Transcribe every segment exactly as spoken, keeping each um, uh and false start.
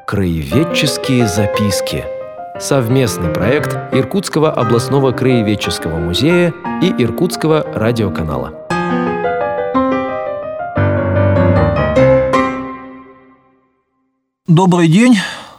Краеведческие записки. Совместный проект Иркутского областного краеведческого музея и Иркутского радиоканала. Добрый день.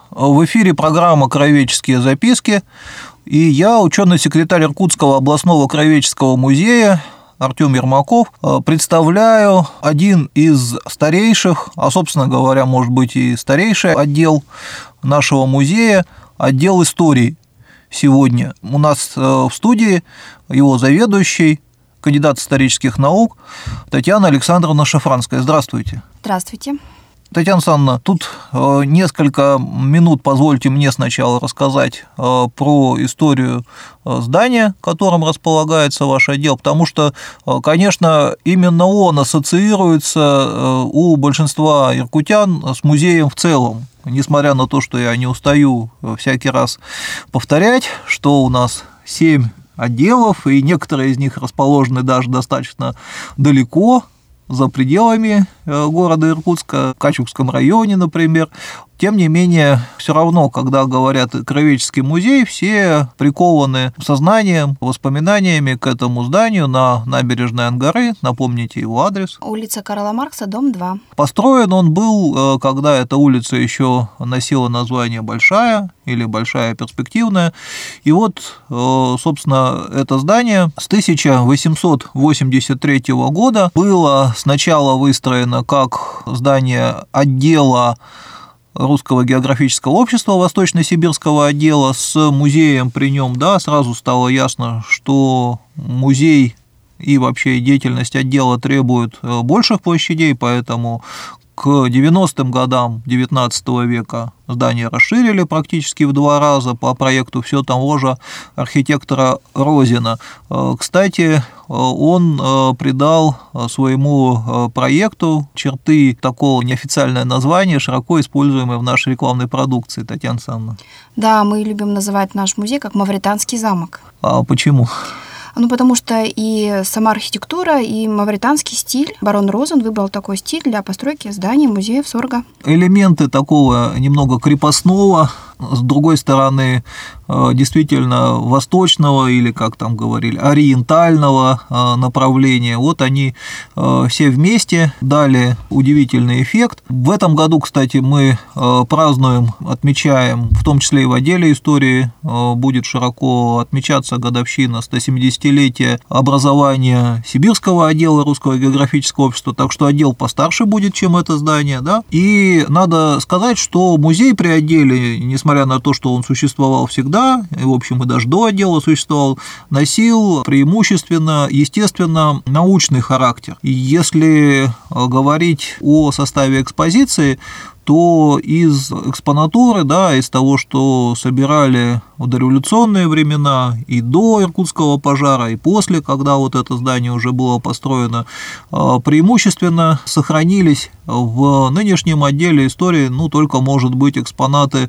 В эфире программа «Краеведческие записки». И я, ученый-секретарь Иркутского областного краеведческого музея Артем Ермаков, представляю один из старейших, а, собственно говоря, может быть, и старейший отдел нашего музея, отдел истории. Сегодня у нас в студии его заведующий, кандидат исторических наук Татьяна Александровна Шафранская. Здравствуйте. Здравствуйте. Татьяна Александровна, тут несколько минут позвольте мне сначала рассказать про историю здания, которым располагается ваш отдел, потому что, конечно, именно он ассоциируется у большинства иркутян с музеем в целом. Несмотря на то, что я не устаю всякий раз повторять, что у нас семь отделов, и некоторые из них расположены даже достаточно далеко, за пределами города Иркутска, в Качугском районе, например. Тем не менее, все равно, когда говорят «краеведческий музей», все прикованы сознанием, воспоминаниями к этому зданию на набережной Ангары. Напомните его адрес. Улица Карла Маркса, дом два. Построен он был, когда эта улица еще носила название Большая или Большая перспективная. И вот, собственно, это здание с тысяча восемьсот восемьдесят третьего года было сначала выстроено как здание отдела Русского географического общества Восточно-Сибирского отдела с музеем при нем, да, сразу стало ясно, что музей и вообще деятельность отдела требует больших площадей, поэтому к девяностым годам девятнадцатого века здание расширили практически в два раза по проекту все того же архитектора Розина. Кстати, он придал своему проекту черты такого неофициальное название, широко используемое в нашей рекламной продукции. Татьяна Александровна. Да, мы любим называть наш музей как Мавританский замок. А почему? Ну, потому что и сама архитектура, и мавританский стиль. Барон Розен выбрал такой стиль для постройки зданий музея Сорга. Элементы такого немного крепостного, с другой стороны, действительно восточного или, как там говорили, ориентального направления. Вот они все вместе дали удивительный эффект. В этом году, кстати, мы празднуем, отмечаем, в том числе и в отделе истории, будет широко отмечаться годовщина стосемидесятилетия образования Сибирского отдела Русского географического общества, так что отдел постарше будет, чем это здание, да. И надо сказать, что музей при отделе, несмотря на то, что он существовал всегда, и, в общем, и даже до отдела существовал, носил преимущественно, естественно, научный характер. И если говорить о составе экспозиции, то из экспонатуры, да, из того, что собирали в дореволюционные времена, и до Иркутского пожара, и после, когда вот это здание уже было построено, преимущественно сохранились в нынешнем отделе истории, ну, только, может быть, экспонаты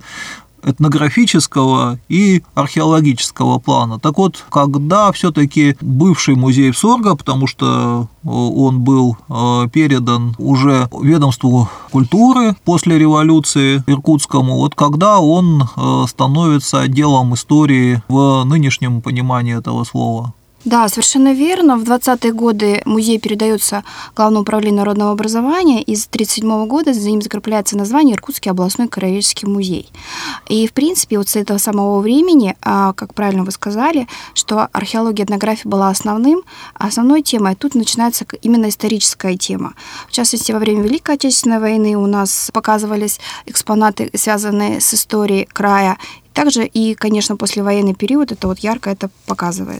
этнографического и археологического плана. Так вот, когда все-таки бывший музей Сорга, потому что он был передан уже ведомству культуры после революции иркутскому, вот когда он становится отделом истории в нынешнем понимании этого слова? Да, совершенно верно. В двадцатые годы музей передается Главному управлению народного образования, и с тридцать седьмого года за ним закрепляется название Иркутский областной краеведческий музей. И, в принципе, вот с этого самого времени, как правильно вы сказали, что археология и этнография была основным, основной темой, тут начинается именно историческая тема. В частности, во время Великой Отечественной войны у нас показывались экспонаты, связанные с историей края. Также и, конечно, послевоенный период это вот ярко это показывает.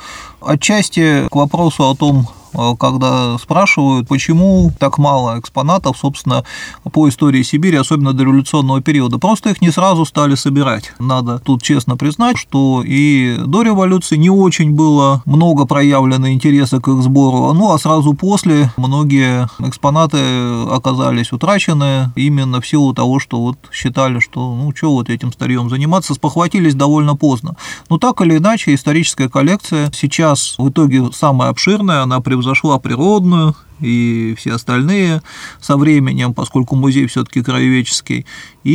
Отчасти к вопросу о том, когда спрашивают, почему так мало экспонатов, собственно, по истории Сибири, особенно до революционного периода. Просто их не сразу стали собирать. Надо тут честно признать, что и до революции не очень было много проявлено интереса к их сбору, ну а сразу после многие экспонаты оказались утрачены именно в силу того, что вот считали, что ну что вот этим старьем заниматься, спохватились довольно поздно. Но так или иначе, историческая коллекция сейчас в итоге самая обширная, она превзошла природную, и все остальные со временем, поскольку музей все-таки краеведческий,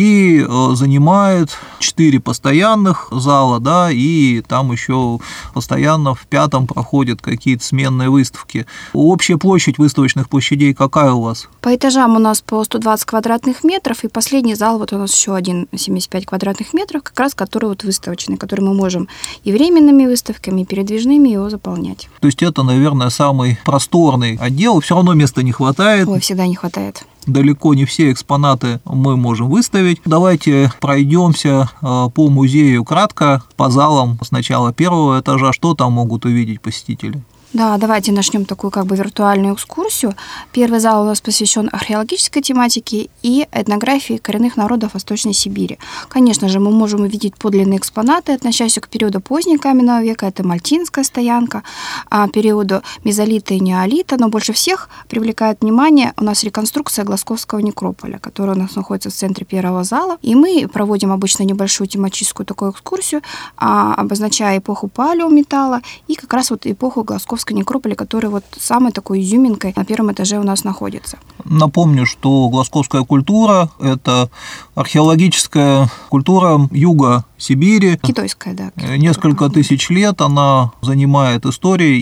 и занимает четыре постоянных зала, да, и там еще постоянно в пятом проходят какие-то сменные выставки. Общая площадь выставочных площадей какая у вас? По этажам у нас по сто двадцать квадратных метров, и последний зал вот у нас еще один семьдесят пять квадратных метров, как раз который вот выставочный, который мы можем и временными выставками, и передвижными его заполнять. То есть это, наверное, самый просторный отдел, все равно места не хватает. Ой, всегда не хватает. Далеко не все экспонаты мы можем выставить. Давайте пройдемся по музею кратко, по залам сначала первого этажа. Что там могут увидеть посетители? Да, давайте начнем такую как бы виртуальную экскурсию. Первый зал у нас посвящен археологической тематике и этнографии коренных народов Восточной Сибири. Конечно же, мы можем увидеть подлинные экспонаты, относящиеся к периоду позднего каменного века. Это Мальтинская стоянка, а периоду мезолита и неолита. Но больше всех привлекает внимание у нас реконструкция Глазковского некрополя, который у нас находится в центре первого зала. И мы проводим обычно небольшую тематическую такую экскурсию, обозначая эпоху палеометалла и как раз вот эпоху Глазковского некрополя, который вот самой такой изюминкой на первом этаже у нас находится. Напомню, что глазковская культура – это археологическая культура юга Сибири. Китайская, да. Несколько тысяч лет она занимает историей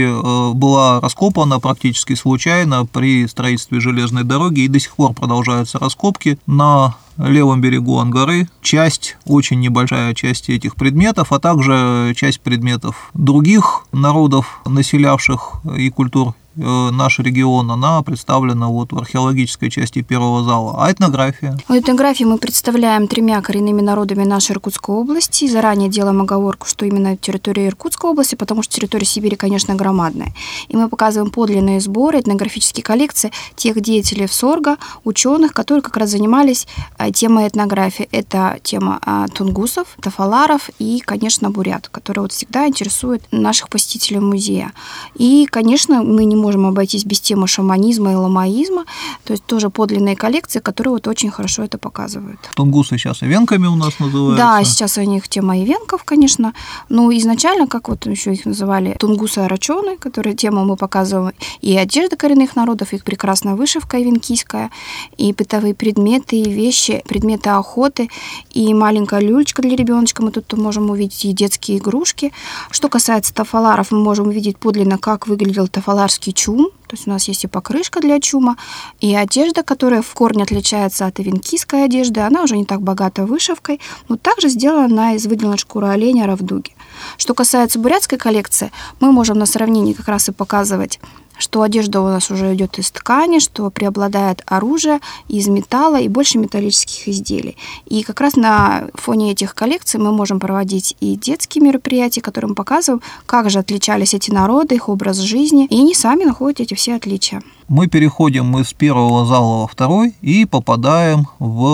и была раскопана практически случайно при строительстве железной дороги, и до сих пор продолжаются раскопки на левом берегу Ангары. Часть, очень небольшая часть этих предметов, а также часть предметов других народов, населявших и культур наш регион, она представлена вот в археологической части первого зала. А этнография? В этнографии мы представляем тремя коренными народами нашей Иркутской области. Заранее делаем оговорку, что именно территория Иркутской области, потому что территория Сибири, конечно, громадная. И мы показываем подлинные сборы, этнографические коллекции тех деятелей ВСОРГа, ученых, которые как раз занимались темой этнографии. Это тема тунгусов, тафаларов и, конечно, бурят, которые вот всегда интересуют наших посетителей музея. И, конечно, мы не можем обойтись без темы шаманизма и ламаизма, то есть тоже подлинные коллекции, которые вот очень хорошо это показывают. Тунгусы сейчас ивенками у нас называются. Да, сейчас у них тема ивенков, конечно. Ну, изначально, как вот еще их называли, тунгусы-арачоны, которые тему мы показываем, и одежда коренных народов, их прекрасная вышивка ивенкийская, и бытовые предметы, и вещи, предметы охоты, и маленькая люлечка для ребеночка мы тут можем увидеть, и детские игрушки. Что касается тафаларов, мы можем увидеть подлинно, как выглядел тафаларский чум, то есть у нас есть и покрышка для чума, и одежда, которая в корне отличается от ивенкийской одежды, она уже не так богата вышивкой, но также сделана из выделенной шкуры оленя равдуги. Что касается бурятской коллекции, мы можем на сравнении как раз и показывать, что одежда у нас уже идет из ткани, что преобладает оружие из металла и больше металлических изделий. И как раз на фоне этих коллекций мы можем проводить и детские мероприятия, которые мы показываем, как же отличались эти народы, их образ жизни, и они сами находят эти все отличия. Мы переходим из первого зала во второй и попадаем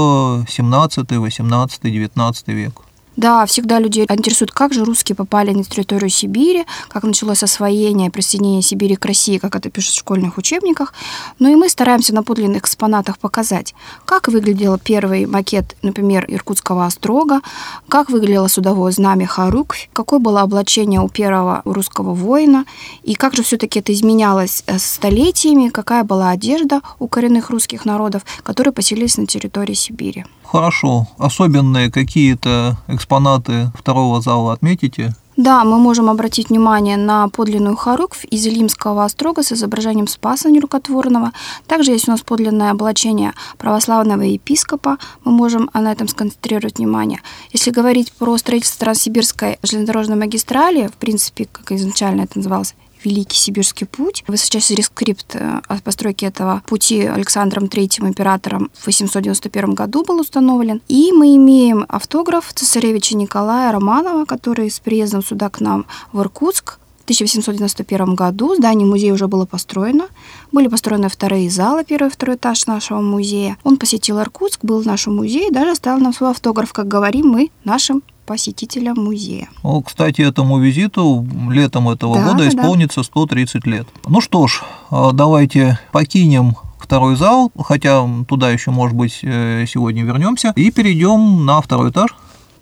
в семнадцатый, восемнадцатый, девятнадцатый век. Да, всегда людей интересует, как же русские попали на территорию Сибири, как началось освоение и присоединение Сибири к России, как это пишут в школьных учебниках. Ну и мы стараемся на подлинных экспонатах показать, как выглядел первый макет, например, Иркутского острога, как выглядело судовое знамя Харуквь, какое было облачение у первого русского воина, и как же все-таки это изменялось столетиями, какая была одежда у коренных русских народов, которые поселились на территории Сибири. Хорошо. Особенные какие-то экспонаты второго зала отметите? Да, мы можем обратить внимание на подлинную Харуквь из Илимского острога с изображением Спаса Нерукотворного. Также есть у нас подлинное облачение православного епископа. Мы можем на этом сконцентрировать внимание. Если говорить про строительство Транссибирской железнодорожной магистрали, в принципе, как изначально это называлось, Великий Сибирский путь. Высочайший рескрипт о постройке этого пути Александром Третьим императором в восемьсот девяносто первом году был установлен. И мы имеем автограф цесаревича Николая Романова, который с приездом сюда к нам в Иркутск в тысяча восемьсот девяносто первом году. Здание музея уже было построено. Были построены вторые залы, первый и второй этаж нашего музея. Он посетил Иркутск, был в нашем музее, даже оставил нам свой автограф, как говорим мы, нашим посетителям музея. О, кстати, этому визиту летом этого да, года исполнится да. сто тридцать лет. Ну что ж, давайте покинем второй зал, хотя туда еще, может быть, сегодня вернемся, и перейдем на второй этаж.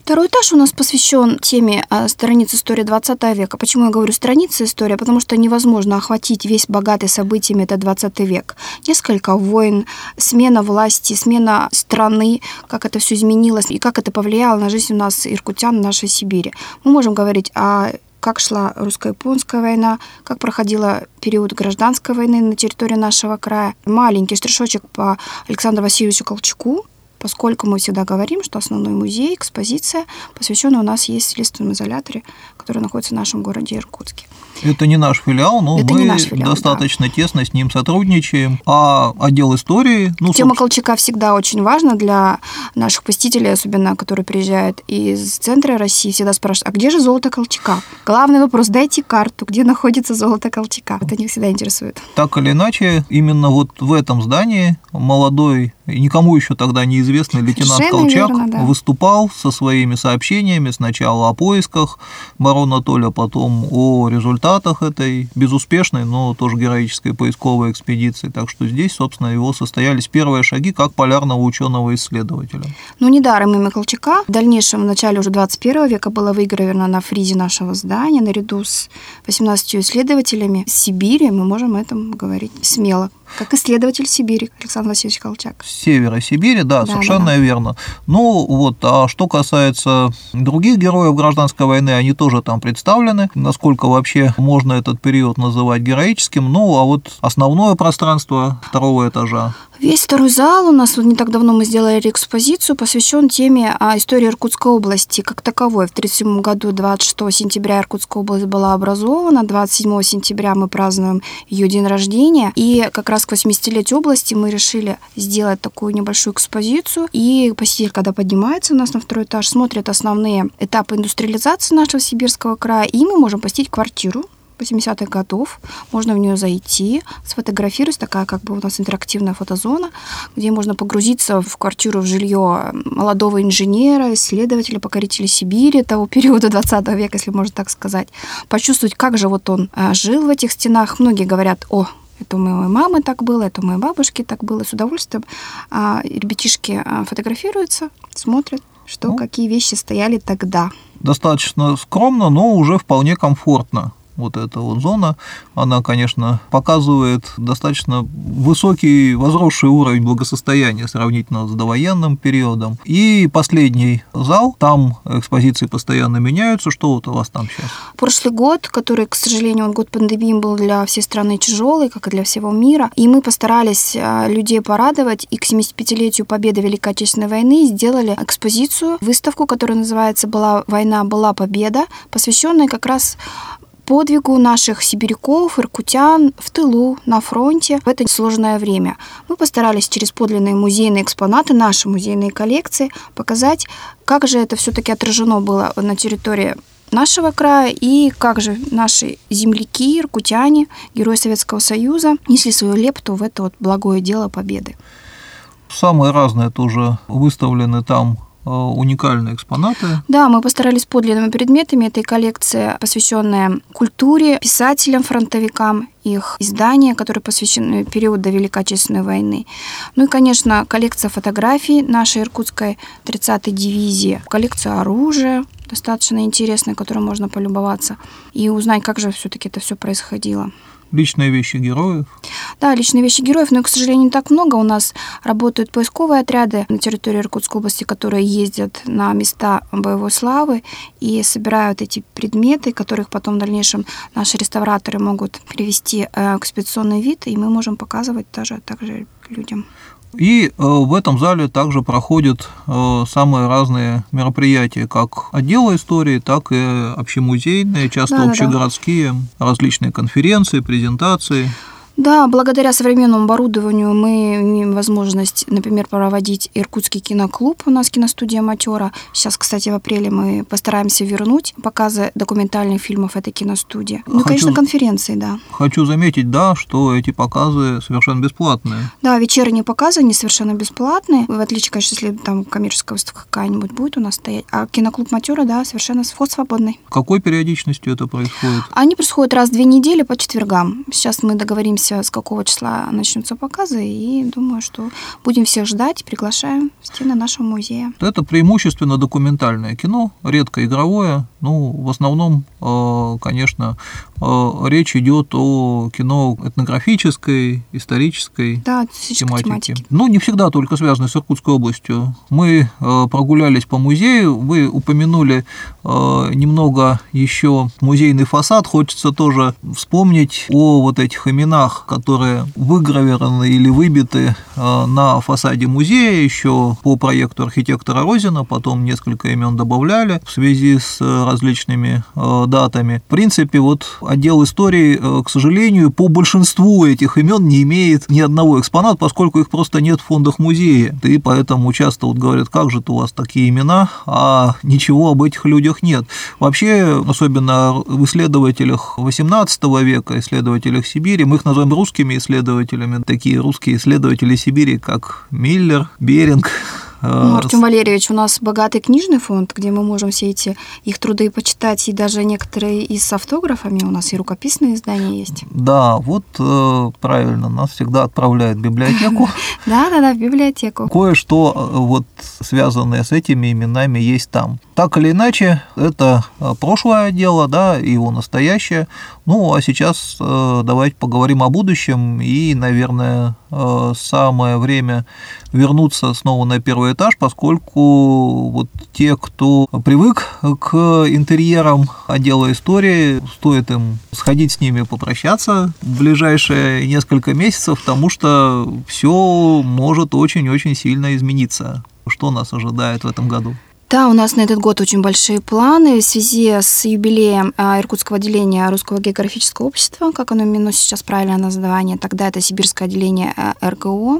Второй этаж у нас посвящен теме страниц истории двадцатого века. Почему я говорю страницы истории? Потому что невозможно охватить весь богатый событиями это двадцатый век. Несколько войн, смена власти, смена страны, как это все изменилось и как это повлияло на жизнь у нас, иркутян, нашей Сибири. Мы можем говорить о как шла русско-японская война, как проходила период гражданской войны на территории нашего края. Маленький штришочек по Александру Васильевичу Колчаку, поскольку мы всегда говорим, что основной музей, экспозиция, посвященная у нас есть в следственном изоляторе, который находится в нашем городе Иркутске. Это не наш филиал, но Это мы филиал, достаточно да. тесно с ним сотрудничаем. А отдел истории... Ну, Тема собственно... Колчака всегда очень важна для наших посетителей, особенно которые приезжают из центра России, всегда спрашивают, а где же золото Колчака? Главный вопрос, дайте карту, где находится золото Колчака. Это них всегда интересует. Так или иначе, именно вот в этом здании молодой, никому еще тогда неизвестный лейтенант Совершенно Колчак верно, да. выступал со своими сообщениями сначала о поисках барона Толя, потом о результатах этой безуспешной, но тоже героической поисковой экспедиции. Так что здесь, собственно, его состоялись первые шаги как полярного ученого-исследователя. Ну, недаром имя Колчака в дальнейшем, в начале уже двадцать первого века было выгравировано на фризе нашего здания наряду с восемнадцатью исследователями Сибири. Мы можем об этом говорить смело. Как исследователь Сибири Александр Васильевич Колчак. С севера Сибири, да, да совершенно да, да. верно. Ну вот, а что касается других героев гражданской войны, они тоже там представлены. Насколько вообще можно этот период называть героическим? Ну, а вот основное пространство второго этажа. Весь второй зал у нас, вот не так давно мы сделали экспозицию, посвящен теме истории Иркутской области как таковой. В тридцать седьмом году, двадцать шестого сентября, Иркутская область была образована, двадцать седьмого сентября мы празднуем ее день рождения, и как раз к восьмидесятилетию области мы решили сделать такую небольшую экспозицию, и посетитель, когда поднимается у нас на второй этаж, смотрит основные этапы индустриализации нашего Сибирского края, и мы можем посетить квартиру восьмидесятых годов, можно в нее зайти, сфотографировать, такая как бы у нас интерактивная фотозона, где можно погрузиться в квартиру, в жилье молодого инженера, исследователя, покорителя Сибири того периода двадцатого века, если можно так сказать, почувствовать, как же вот он жил в этих стенах. Многие говорят, о, это у моей мамы так было, это у моей бабушки так было. С удовольствием а, ребятишки фотографируются, смотрят, что, ну, какие вещи стояли тогда. Достаточно скромно, но уже вполне комфортно. Вот эта вот зона, она, конечно, показывает достаточно высокий, возросший уровень благосостояния сравнительно с довоенным периодом. И последний зал, там экспозиции постоянно меняются. Что вот у вас там сейчас? Прошлый год, который, к сожалению, год пандемии был для всей страны тяжелый, как и для всего мира, и мы постарались людей порадовать, и к семидесятипятилетию победы Великой Отечественной войны сделали экспозицию, выставку, которая называется «Была война, была победа», посвященная как раз подвигу наших сибиряков, иркутян в тылу, на фронте в это сложное время. Мы постарались через подлинные музейные экспонаты, наши музейные коллекции, показать, как же это все-таки отражено было на территории нашего края и как же наши земляки, иркутяне, герои Советского Союза несли свою лепту в это вот благое дело победы. Самые разные тоже выставлены там уникальные экспонаты. Да, мы постарались подлинными предметами этой коллекции, посвященная культуре, писателям, фронтовикам, их издания, которые посвящены периоду Великой Отечественной войны. Ну и, конечно, коллекция фотографий нашей иркутской тридцатой дивизии, коллекция оружия, достаточно интересная, которой можно полюбоваться и узнать, как же все-таки это все происходило. Личные вещи героев? Да, личные вещи героев, но, к сожалению, не так много. У нас работают поисковые отряды на территории Иркутской области, которые ездят на места боевой славы и собирают эти предметы, которых потом в дальнейшем наши реставраторы могут привести в экспозиционный вид, и мы можем показывать даже также людям. И в этом зале также проходят самые разные мероприятия, как отдела истории, так и общемузейные, часто да, общегородские, да, да. различные конференции, презентации. Да, благодаря современному оборудованию мы имеем возможность, например, проводить Иркутский киноклуб, у нас киностудия «Матера». Сейчас, кстати, в апреле мы постараемся вернуть показы документальных фильмов этой киностудии. Ну, хочу, конечно, конференции, да. Хочу заметить, да, что эти показы совершенно бесплатные. Да, вечерние показы, они совершенно бесплатные, в отличие, конечно, если там коммерческая выставка какая-нибудь будет у нас стоять. А киноклуб «Матера», да, совершенно вход свободный. Какой периодичностью это происходит? Они происходят раз в две недели по четвергам. Сейчас мы договоримся определимся, с какого числа начнутся показы, и думаю, что будем всех ждать, приглашаем в стены нашего музея. Это преимущественно документальное кино, редко игровое. Ну, в основном, конечно, речь идет о кино этнографической, исторической да, тематике. тематики. Ну, не всегда только связанной с Иркутской областью. Мы прогулялись по музею, вы упомянули немного еще музейный фасад. Хочется тоже вспомнить о вот этих именах, которые выгравированы или выбиты на фасаде музея еще по проекту архитектора Розина, потом несколько имен добавляли в связи с различными датами. В принципе, вот отдел истории, к сожалению, по большинству этих имен не имеет ни одного экспоната, поскольку их просто нет в фондах музея. И поэтому часто вот говорят, как же у вас такие имена, а ничего об этих людях нет. Вообще, особенно в исследователях восемнадцатого века, исследователях Сибири, мы их называем русскими исследователями, такие русские исследователи Сибири, как Миллер, Беринг. Ну, Артем Валерьевич, у нас богатый книжный фонд, где мы можем все эти их труды почитать, и даже некоторые и с автографами, у нас и рукописные издания есть. Да, вот правильно, нас всегда отправляют в библиотеку. Да-да-да, в библиотеку. Кое-что вот связанное с этими именами есть там. Так или иначе, это прошлое дело, да, и его настоящее. Ну, а сейчас давайте поговорим о будущем, и, наверное, самое время вернуться снова на первый этаж, поскольку вот те, кто привык к интерьерам отдела истории, стоит им сходить с ними попрощаться в ближайшие несколько месяцев, потому что все может очень-очень сильно измениться. Что нас ожидает в этом году? Да, у нас на этот год очень большие планы в связи с юбилеем Иркутского отделения Русского географического общества, как оно именно сейчас правильное название, тогда это Сибирское отделение эр гэ о.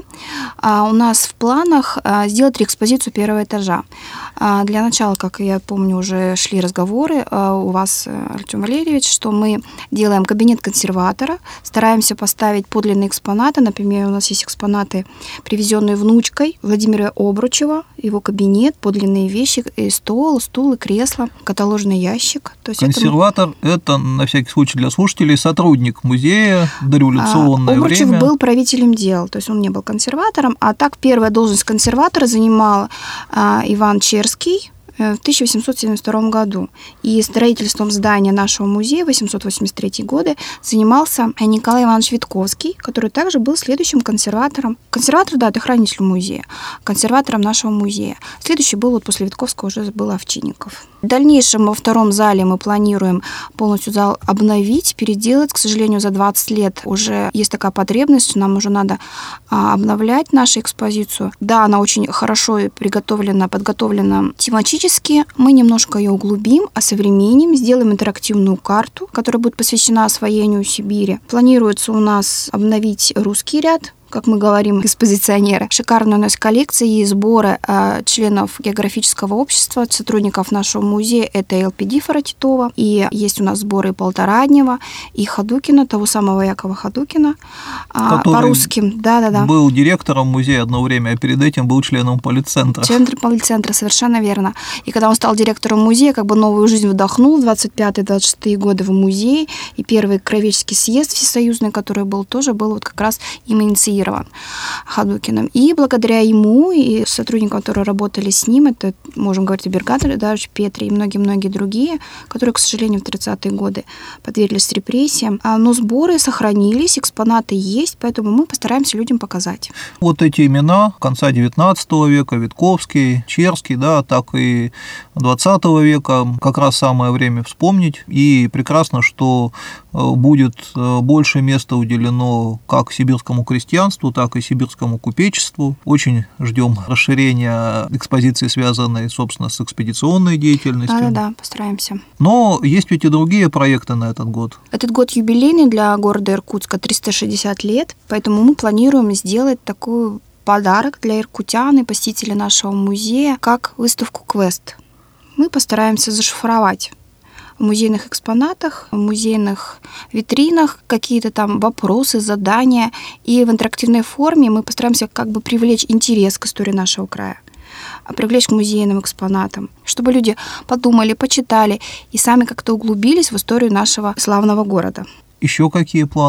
У нас в планах сделать реэкспозицию первого этажа. Для начала, как я помню, уже шли разговоры у вас, Артем Валерьевич, что мы делаем кабинет консерватора, стараемся поставить подлинные экспонаты. Например, у нас есть экспонаты, привезенные внучкой Владимира Обручева, его кабинет, подлинные вещи, и стол, стул, и кресло, каталожный ящик. То есть консерватор это... это, на всякий случай для слушателей, сотрудник музея в дореволюционное Обручев время. был правителем дел, то есть он не был консерватором, а так первая должность консерватора занимал а, Иван Черский в тысяча восемьсот семьдесят втором году. И строительством здания нашего музея в восемьсот восемьдесят третьем году занимался Николай Иванович Витковский, который также был следующим консерватором. Консерватор, да, это хранитель музея, консерватором нашего музея. Следующий был, вот после Витковского уже был Овчинников. В дальнейшем во втором зале мы планируем полностью зал обновить, переделать. К сожалению, за двадцать лет уже есть такая потребность, что нам уже надо обновлять нашу экспозицию. Да, она очень хорошо приготовлена, подготовлена тематически. Мы немножко ее углубим, осовременим, сделаем интерактивную карту, которая будет посвящена освоению Сибири. Планируется у нас обновить русский ряд, как мы говорим, экспозиционеры. Шикарная у нас коллекция и сборы э, членов географического общества, сотрудников нашего музея. Это эл пи ди Фара Титова. И есть у нас сборы Полтораднева и Ходукина, того самого Якова Ходукина. Э, по русским. Да-да-да. Был директором музея одно время, а перед этим был членом политцентра. Член политцентра, совершенно верно. И когда он стал директором музея, как бы новую жизнь вдохнул в двадцать пятые — двадцать шестые годы в музее. И первый краеведческий съезд всесоюзный, который был, тоже был вот как раз им инициирован Ходукиным. И благодаря ему и сотрудникам, которые работали с ним, это, можем говорить, о Бергаде Эльдаровиче Петре и многие-многие другие, которые, к сожалению, в тридцатые годы подверглись репрессиям. Но сборы сохранились, экспонаты есть, поэтому мы постараемся людям показать. Вот эти имена конца девятнадцатого века, Витковский, Черский, да, так и двадцатого века, как раз самое время вспомнить. И прекрасно, что будет больше места уделено как сибирскому крестьянству, так и сибирскому купечеству. Очень ждем расширения экспозиции, связанной, собственно, с экспедиционной деятельностью. Да-да-да, постараемся. Но есть ведь и другие проекты на этот год. Этот год юбилейный для города Иркутска, триста шестьдесят лет, поэтому мы планируем сделать такой подарок для иркутян и посетителей нашего музея, как выставку «Квест». Мы постараемся зашифровать в музейных экспонатах, в музейных витринах какие-то там вопросы, задания. И в интерактивной форме мы постараемся как бы привлечь интерес к истории нашего края, привлечь к музейным экспонатам, чтобы люди подумали, почитали и сами как-то углубились в историю нашего славного города. Еще какие планы?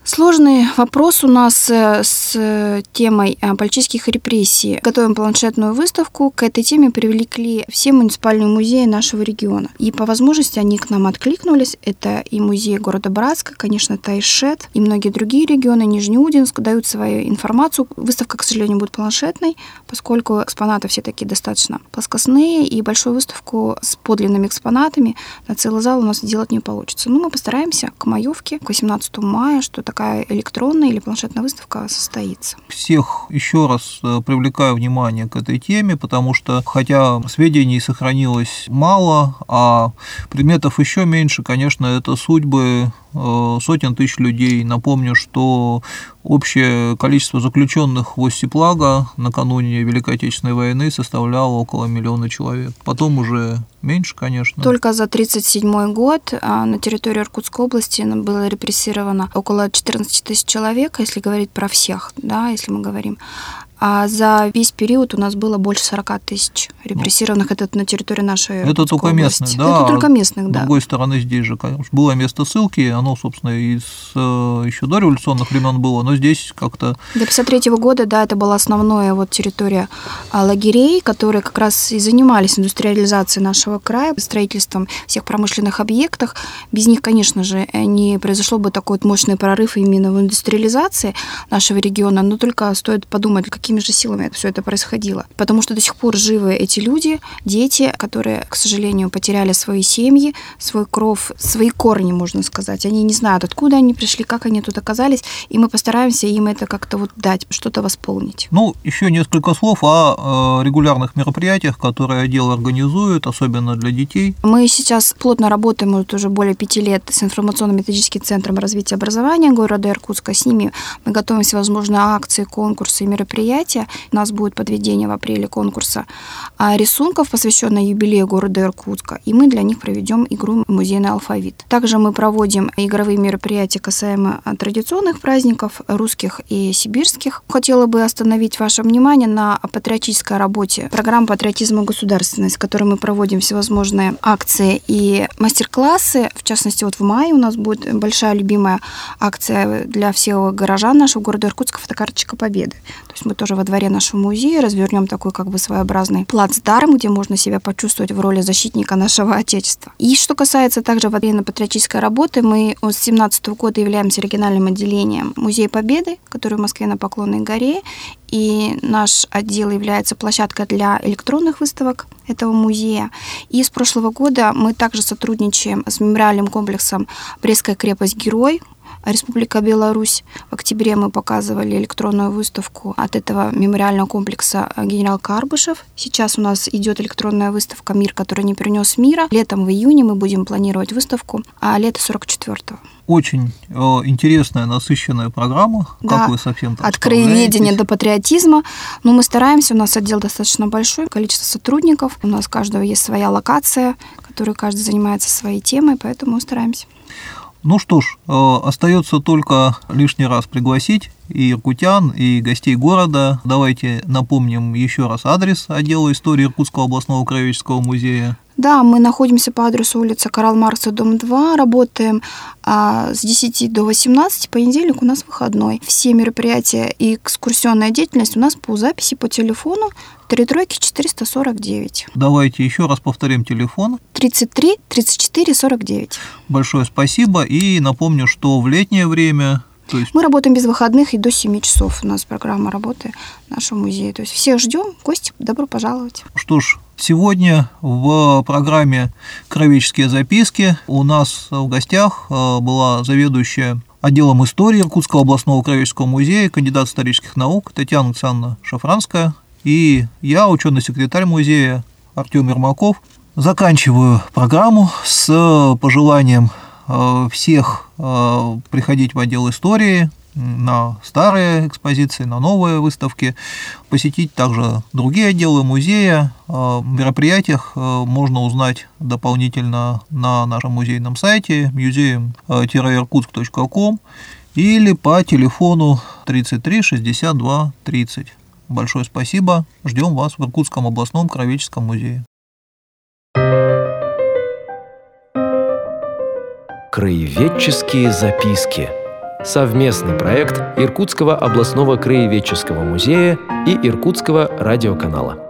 Сложный вопрос у нас с темой большевистских репрессий. Готовим планшетную выставку. К этой теме привлекли все муниципальные музеи нашего региона. И по возможности они к нам откликнулись. Это и музей города Братска, конечно, Тайшет, и многие другие регионы, Нижнеудинск, дают свою информацию. Выставка, к сожалению, будет планшетной, поскольку экспонаты все такие достаточно плоскостные, и большую выставку с подлинными экспонатами на целый зал у нас делать не получится. Но мы постараемся к маевке, к восемнадцатому мая, что такая электронная или планшетная выставка состоится. Всех еще раз привлекаю внимание к этой теме, потому что, хотя сведений сохранилось мало, а предметов еще меньше, конечно, это судьбы сотен тысяч людей. Напомню, что общее количество заключенных в Устье-Плага накануне Великой Отечественной войны составляло около миллиона человек. Потом уже меньше, конечно. Только за тридцать седьмой год на территории Иркутской области было репрессировано около четырнадцать тысяч человек, если говорить про всех, да, если мы говорим. А за весь период у нас было больше сорок тысяч репрессированных. Это на территории нашей Это только области. местных, да. Это только местных, да. С другой стороны, здесь же, конечно, было место ссылки, оно, собственно, из еще дореволюционных времен было, но здесь как-то... До пятьдесят третьего года, да, это была основная вот территория лагерей, которые как раз и занимались индустриализацией нашего края, строительством всех промышленных объектов. Без них, конечно же, не произошло бы такой вот мощный прорыв именно в индустриализации нашего региона, но только стоит подумать, какие какими же силами это все это происходило. Потому что до сих пор живы эти люди, дети, которые, к сожалению, потеряли свои семьи, свой кров, свои корни, можно сказать. Они не знают, откуда они пришли, как они тут оказались, и мы постараемся им это как-то вот дать, что-то восполнить. Ну, еще несколько слов о регулярных мероприятиях, которые отдел организует, особенно для детей. Мы сейчас плотно работаем вот уже более пяти лет с информационно-методическим центром развития образования города Иркутска. С ними мы готовим всевозможные акции, конкурсы и мероприятия. У нас будет подведение в апреле конкурса рисунков, посвященного юбилею города Иркутска, и мы для них проведем игру «Музейный алфавит». Также мы проводим игровые мероприятия касаемо традиционных праздников, русских и сибирских. Хотела бы остановить ваше внимание на патриотической работе программы «Патриотизм и государственность», в которой мы проводим всевозможные акции и мастер-классы. В частности, вот в мае у нас будет большая любимая акция для всех горожан нашего города Иркутска «Фотокарточка Победы». То есть мы тоже во дворе нашего музея развернем такой как бы своеобразный плацдарм, где можно себя почувствовать в роли защитника нашего Отечества. И что касается также военно-патриотической работы, мы с две тысячи семнадцатого года являемся региональным отделением Музея Победы, который в Москве на Поклонной горе, и наш отдел является площадкой для электронных выставок этого музея. И с прошлого года мы также сотрудничаем с мемориальным комплексом «Брестская крепость-Герой», Республика Беларусь. В октябре мы показывали электронную выставку от этого мемориального комплекса «Генерал Карбышев». Сейчас у нас идет электронная выставка «Мир, который не принес мира». Летом, в июне, мы будем планировать выставку а лето сорок четвёртого. Очень э, интересная, насыщенная программа. Да, как вы совсем там от краеведения до патриотизма. Но мы стараемся, у нас отдел достаточно большой, количество сотрудников. У нас у каждого есть своя локация, которой каждый занимается своей темой, поэтому мы стараемся. Ну что ж, остается только лишний раз пригласить и иркутян, и гостей города. Давайте напомним еще раз адрес отдела истории Иркутского областного краеведческого музея. Да, мы находимся по адресу улица Карла Маркса, дом два, работаем а, с десяти до восемнадцати, понедельник у нас выходной. Все мероприятия и экскурсионная деятельность у нас по записи по телефону три тройки четыреста сорок девять. Давайте еще раз повторим телефон. тридцать три тридцать четыре сорок девять. Большое спасибо, и напомню, что в летнее время... То есть... Мы работаем без выходных и до семи часов. У нас программа работы нашего музея. То есть всех ждем, гости, добро пожаловать. Что ж, сегодня в программе «Краеведческие записки» у нас в гостях была заведующая отделом истории Иркутского областного краеведческого музея, кандидат исторических наук Татьяна Александровна Шафранская, и я, ученый-секретарь музея Артем Ермаков. Заканчиваю программу с пожеланием всех приходить в отдел истории на старые экспозиции, на новые выставки, посетить также другие отделы музея. О мероприятиях можно узнать дополнительно на нашем музейном сайте музеем иркутск точка ком или по телефону тридцать три шестьдесят два тридцать. Большое спасибо. Ждем вас в Иркутском областном краеведческом музее. Краеведческие записки. Совместный проект Иркутского областного краеведческого музея и Иркутского радиоканала.